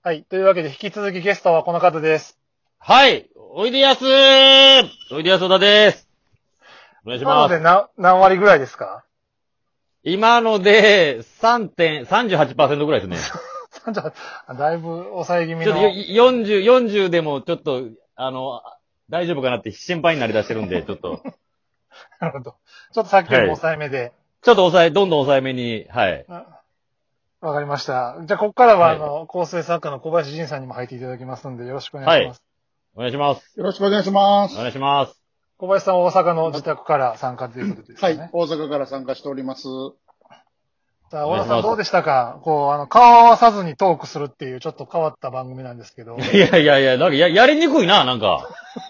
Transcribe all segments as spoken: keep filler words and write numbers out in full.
はい。というわけで、引き続きゲストはこの方です。 はい。おいでやすーおいでやす小田です。お願いします。 なのでな、何割ぐらいですか？ 今ので、さんてんさんじゅうはちパーセント ぐらいですね。 さんじゅうはちだいぶ抑え気味の。 ちょっとよんじゅう、よんじゅうでもちょっと、あの、大丈夫かなって心配になりだしてるんで、ちょっと。 なるほど。ちょっとさっきよりも抑えめで。はい、 ちょっと抑え、どんどん抑えめに、はい。 わかりました。じゃあ、ここからは、はい、あの、構成作家の小林仁さんにも入っていただきますので、よろしくお願いします。 はい。お願いします。 よろしくお願いします。 お願いします。 小林さんは大阪の自宅から参加ということですね。 はい。大阪から参加しております。 さあ、小田さんどうでしたか？こう、あの、顔を合わさずにトークするっていうちょっと変わった番組なんですけど。 いやいやいや、なんかや、やりにくいな、なんか。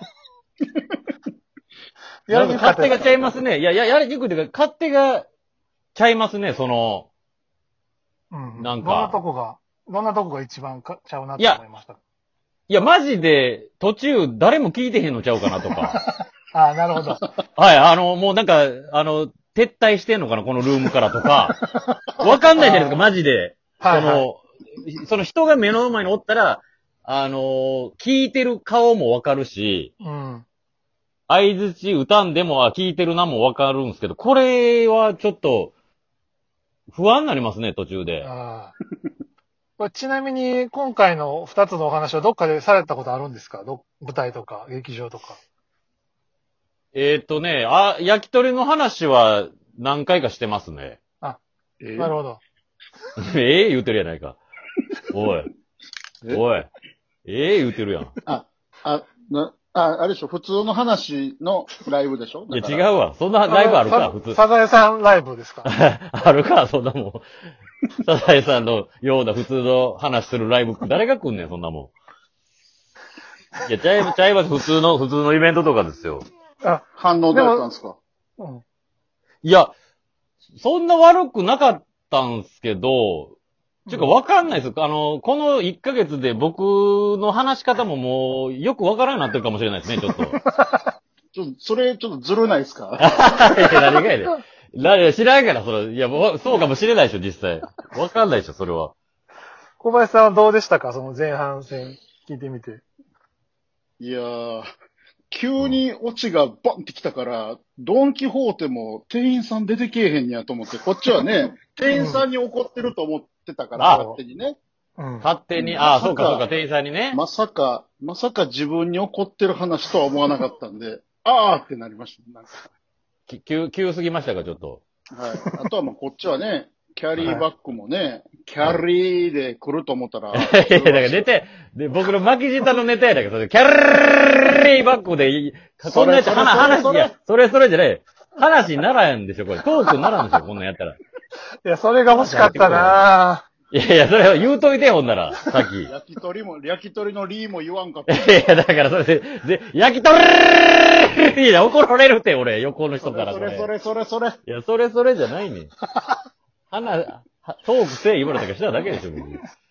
やりにくい。勝手がちゃいますね。いや、や、やりにくいというか、勝手がちゃいますね、その、 うん。 なんか。 どんなとこが、どんなとこが一番かちゃうなって思いました？ いや、いや、マジで、途中誰も聞いてへんのちゃうかなとか。 ああ、なるほど。 はい、あの、もうなんか、あの、撤退してんのかな、このルームからとか。わかんないじゃないですか、マジで。 はい、 はい、その、その人が目の前におったら、あのー、聞いてる顔もわかるし、 うん。 相槌歌んでも、あ、聞いてるなもわかるんですけど、これはちょっと、不安になりますね、途中で。あこれちなみに、今回の二つのお話はどっかでされたことあるんですか？ど舞台とか、劇場とか。 えー、っとね、あ、焼き鳥の話は何回かしてますね。 あ、えー、なるほど。 ええ言うてるやないか。おい。おい。ええ言うてるやん。 あ、あ、な、あ、あれでしょ、普通の話のライブでしょ？ いや違うわ。そんなライブあるか、普通。 サザエさんライブですか？ あるか、そんなもん。サザエさんのような普通の話するライブ、誰が来んねん、そんなもん。いや、ちゃい、ちゃいます、普通の、普通のイベントとかですよ。 あ、反応どうだったんですか？ うん。 いや、そんな悪くなかったんすけど、ちょっとわかんないです。あの、このいっかげつで僕の話し方ももうよくわからんようになってるかもしれないですね、ちょっと。 ちょっと、それちょっとずるないですか？ いや、何がやで。何知らんから、それ。いや、そうかもしれないでしょ、実際。わかんないでしょ、それは。 小林さんはどうでしたか？その前半戦聞いてみて。 いやー、急にオチがバンってきたから、ドンキホーテも店員さん出てけえへんやと思って、こっちはね、店員さんに怒ってると思ってたから、勝手にね。 うん、 勝手に、ああ、そうかそうか、店員さんにね。 まさか、まさか自分に怒ってる話とは思わなかったんで、あーってなりました。なんか急、急すぎましたか、ちょっと。 はい。あとはもうこっちはね、キャリーバッグもね、はい、キャリーで来ると思ったら。 いや、だからネタ、で、僕の巻き舌のネタやだけど、キャリーバッグで、こんなやつ、話、いや、それそれじゃない。話にならんでしょ、これ。トークにならんでしょ、こんなんやったら。いや、それが欲しかったなぁ。 いやいや、それ言うといて、ほんなら、さっき。 焼き鳥も、焼き鳥のリーも言わんかった。 いや、だからそれで、で、焼き鳥いや、怒られるって、俺、横の人から。 それそれそれそれ。いや、それそれじゃないねん。話、トークせえ言われたかしただけでしょ、僕。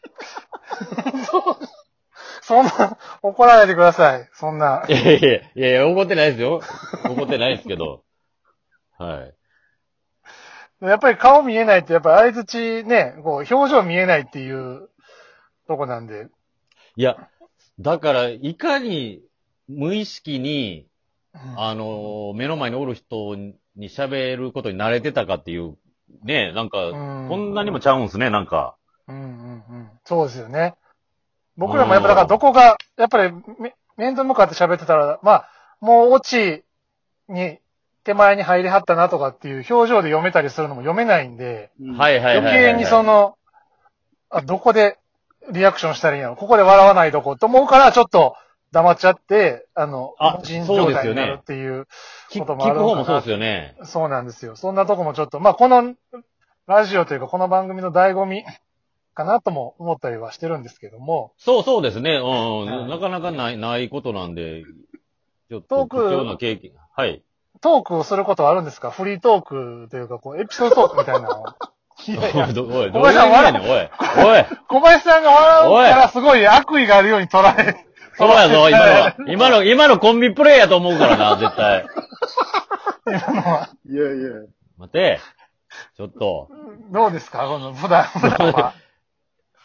そんな、怒らないでください。そんな。 いやいやいやいや、怒ってないですよ。怒ってないですけど。はい。 やっぱり顔見えないって、やっぱり相槌ね、こう、表情見えないっていうとこなんで。 いや、だから、いかに無意識に、うん、あの、目の前におる人に喋ることに慣れてたかっていう、ね、なんか、うん、こんなにもちゃうんすね、なんか。 うんうんうん。そうですよね。僕らもやっぱだからどこが、やっぱり面と向かって喋ってたら、まあ、もうオチに手前に入りはったなとかっていう表情で読めたりするのも読めないんで、 はいはいはい。 余計にその、あ、どこでリアクションしたらいいんやろ、ここで笑わないとこと思うからちょっと黙っちゃって、あの、 あ、 人状態になるっていうこともあるのかな。 聞く方もそうですよね。 そうなんですよ。そんなとこもちょっと、まあこのラジオというかこの番組の醍醐味かなとも思ったりはしてるんですけども。 そうそうですね。うん、はい、なかなかない、ないことなんで、ちょっと貴重な経験。はい。 トークをすることはあるんですか？フリートークというか、こう、エピソードトークみたいなのを。 いやいや、おい、どういう意味やねん、おい。おい。 小林さんが笑うからすごい悪意があるように捉え。 そうやぞ、今のは。今の、今のコンビプレイやと思うからな、絶対。 今のは。 いやいや。 待て。ちょっと。 どうですかこの、普段、普段は。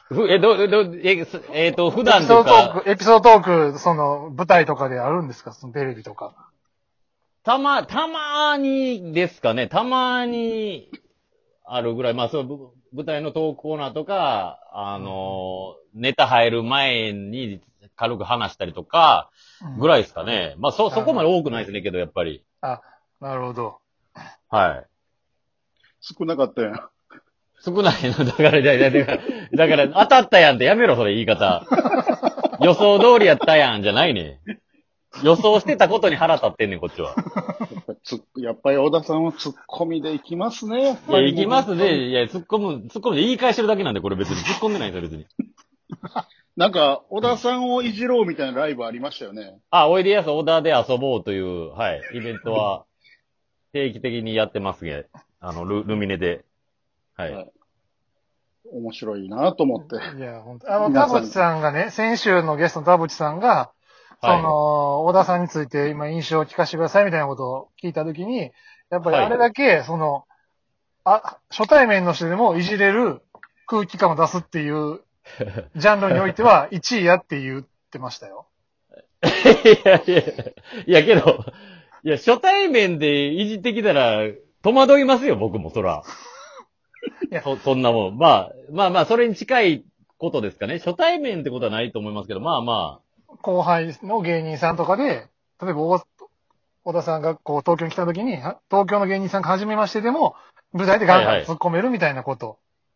ふ、え、ど、ど、え、すえっと、普段エピというか、 ソードトーク、エピソードトーク、その、舞台とかであるんですか？そのテレビとか。 たま、たまにですかね、たまにあるぐらい、まあ、そう、ぶ舞台のトークコーナーとか、あの、ネタ入る前に軽く話したりとか、ぐらいですかね。まあ、そ、そこまで多くないですね、けど、やっぱり。 あ、なるほど。 はい。 少なかったやん。 少ないの、だから、だから、だから、だから当たったやんってやめろ、それ言い方。予想通りやったやん、じゃないね。予想してたことに腹立ってんねん、こっちは。 やっぱつやっぱり小田さんはツッコミで行きますね、やっいや、 ぱり。 行きますね。いや、突っ込む、突っ込むで言い返してるだけなんで、これ別に。突っ込んでないんですよ、別に。 なんか、小田さんをいじろうみたいなライブありましたよね。 あ、おいでやす小田で遊ぼうという、はい、イベントは、定期的にやってますね。あの、ル、ルミネで。はい。 はい面白いなと思って。 いや、本当あの、田皆さん淵さんがね、先週のゲストの田淵さんが、そはいの、小田さんについて今印象を聞かせてくださいみたいなことを聞いたときに、やっぱりはいあれだけ、その、あ、初対面の人でもいじれる空気感を出すっていうジャンルにおいてはいちいやって言ってましたよ。 いやいや、いやけど、いや、初対面でいじってきたら、戸惑いますよ、僕も、そら。 いやそ、そんなもん。まあ、まあまあ、それに近いことですかね。初対面ってことはないと思いますけど、まあま後輩の芸人さんとかで、例えば小小田さんがこう東京に来たときに、は東京の芸人さんが初めましてでも、舞台でガンガン突っ込めるみたいなこと。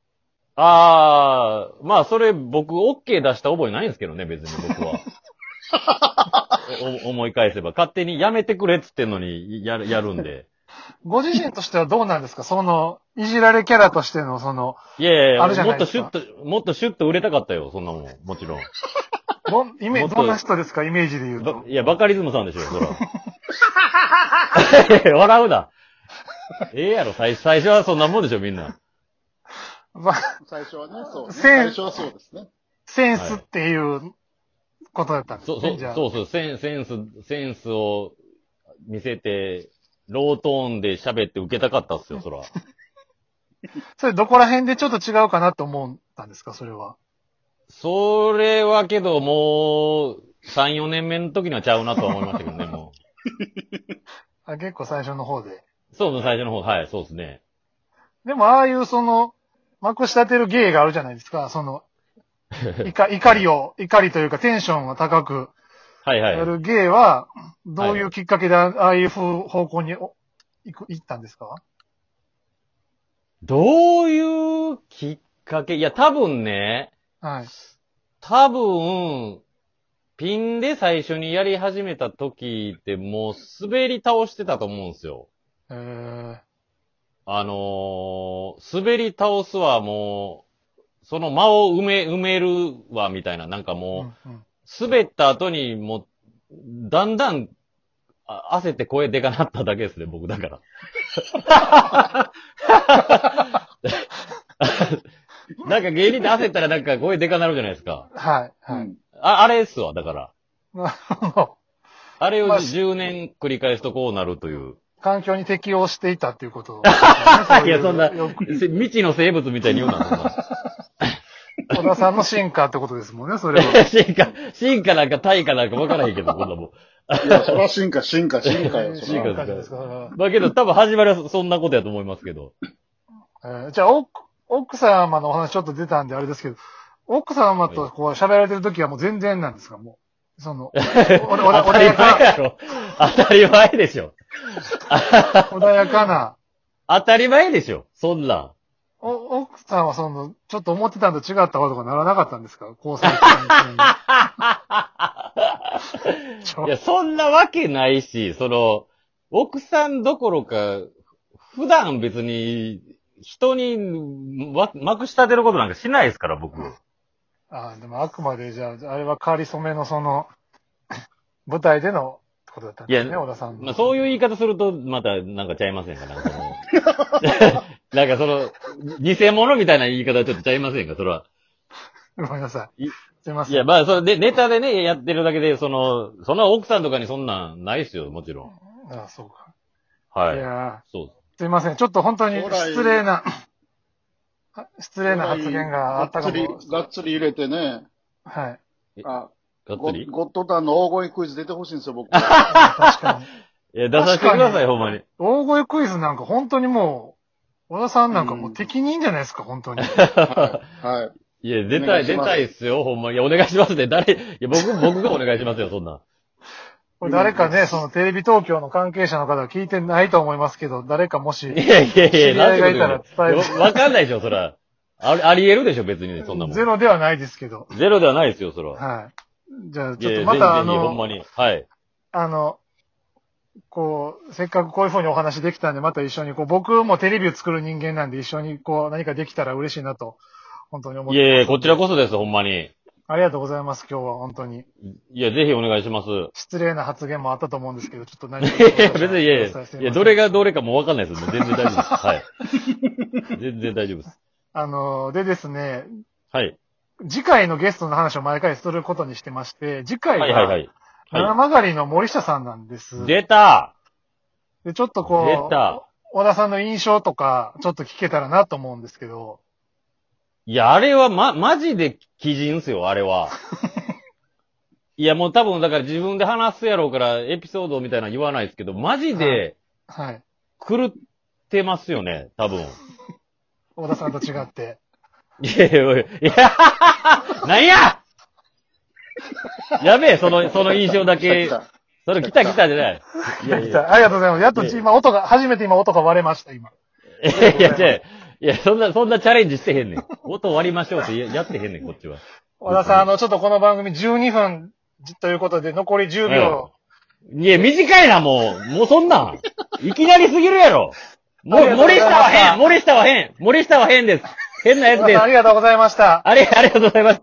あ、ああ、まあ、それ僕、OK 出した覚えないんですけどね、別に僕は。お思い返せば。勝手にやめてくれっつってんのに、やる、やるんで。 ご自身としてはどうなんですか？その、いじられキャラとしての、その、 いやいやいや、 あるじゃもないですかっとシュッと、もっとシュッと売れたかったよ、そんなもん。もちろん。 どん、イメもっとどんな人ですか？イメージで言うと。 ばいや、バカリズムさんでしょ、そら。笑うな。ええやろ、最最初はそんなもんでしょ、みんな。 ま最初はね、そう、ね。 せん最初はそうですね。 センスっていうことだったんですそう、 ね、 そう、 じゃあ。 そうそう、センセンス、センスを見せて、ロートーンで喋って受けたかったっすよ、そら。 それどこら辺でちょっと違うかなと思ったんですか、それは。 それはけど、もう、さん、よねんめの時にはちゃうなとは思いましたけどね、もあ結構最初の方で。 う。そう、最初の方、はい、そうですね。 でも、ああいうその、まくし立てる芸があるじゃないですか、その、怒怒りを、怒りというかテンションを高くはいはい。 やる芸は、どういうきっかけでああいう方向にお行く、行ったんですか？ どういうきっかけいや、多分ね、 はい。 多分、ピンで最初にやり始めた時ってもう滑り倒してたと思うんですよ。 えー、 あのー、滑り倒すはもう、その間を埋め、埋めるわ、みたいな。なんかもう、 うんうん滑った後にもう、だんだん、あ焦って声でかなっただけですね、僕だから。なんか芸人で焦ったらなんか声でかなるじゃないですか。 はい、はい。 うん。 あ、あれっすわ、だから。 なるほど。 あれまあをじゅうねん繰り返すとこうなるという。 環境に適応していたっていうこと、 いや、そんな、 よく未知の生物みたいに言うな、そんな。 小田さんの進化ってことですもんね、それは。 進化、進化なんか退化なんか分からへんけど、こんなもん。 いや、そら進化、進化、進化よ、そ進化ら。 進化じゃないですか。 だけど、多分始まりはそんなことやと思いますけど。 えーじゃあ、奥奥様のお話ちょっと出たんであれですけど、奥様とこう喋られてる時はもう全然なんですか？もう、その、おお当たり前やろ。当たり前でしょ。 穏やかな、 当たり前でしょ。そんなん。 お奥さんはその、ちょっと思ってたんと違ったことがならなかったんですか？交際期間中に。 いや、そんなわけないし、その、奥さんどころか、普段別に、人にわまくし立てることなんかしないですから、僕。 ああ、でもあくまでじゃあ、あれは変わり染めのその、舞台でのことだったんですね、 いや小田さんの。 まあ、そういう言い方すると、またなんかちゃいませんか、なんかその、なんかその、偽物みたいな言い方はちょっとちゃいませんか、それは。 ごめんなさい。 いすいません。 いや、まあ、それで、ネタでね、やってるだけで、その、そんな奥さんとかにそんなんないっすよ、もちろん。 ああ、そうか。 はい。 いやそう。 ーすいません。ちょっと本当に失礼な、 失礼な発言があったかも。 がっつり、がっつり入れてね。 はい。 あ、 がっつりゴッドタンの大声クイズ出てほしいんですよ、僕。 確かに。 いや、出させてください、ほんまに。 大声クイズなんか本当にもう、小田さんなんかもう適任じゃないですか、本当に。 はい。はい。 いや、出たい、出たいっすよ、ほんまに。いや、お願いしますね。誰、いや、僕、僕がお願いしますよ、そんな。 これ誰かね、そのテレビ東京の関係者の方は聞いてないと思いますけど、誰かもし、 いやいやいや、 知り合いがいたら伝えて。 わかんないでしょ、そら。あり、あり得るでしょ、別にね、そんなもん。 ゼロではないですけど。 ゼロではないですよ、そら。 はい。じゃあ、 いやいやちょっとまたあぜひぜひほんの、 まに。はい。 あの、こう、せっかくこういう風にお話できたんで、また一緒に、こう、僕もテレビを作る人間なんで一緒にこう、何かできたら嬉しいなと、本当に思ってます。 いやいや、こちらこそです、ほんまに。 ありがとうございます、今日は本当に。 いや、ぜひお願いします。 失礼な発言もあったと思うんですけど、ちょっと何か。 いやいや、別に、いやいや、いや、どれがどれかもわかんないですよ。全然大丈夫です。はい。全然大丈夫です。 あの、でですね、 はい。 次回のゲストの話を毎回することにしてまして、次回は、 はいはいはい。 七曲りの森下さんなんです。 出たで、ちょっとこう、 出た小田さんの印象とか、ちょっと聞けたらなと思うんですけど。 いや、あれはま、マジで基人っすよ、あれは。いや、もう多分、だから自分で話すやろうから、エピソードみたいなの言わないですけど、マジで、 はい。 狂ってますよね、多分。 小田さんと違って。 いやいや、いや、なんややべえ、その、その印象だけ。それ来た来たじゃない。いやいや。 ありがとうございます。やっと今音が、初めて今音が割れました、今。 いやいや、いや、そんな、そんなチャレンジしてへんねん。音割りましょうってややってへんねん、こっちは。 小田さん、あの、ちょっとこの番組じゅうにふんということで、残りじゅうびょう。いや、短いな、もう。もうそんなん。いきなりすぎるやろ。もう、森下は変森下は変森下は変です。変なやつです。 ありがとうございました。 あれ、ありがとうございます。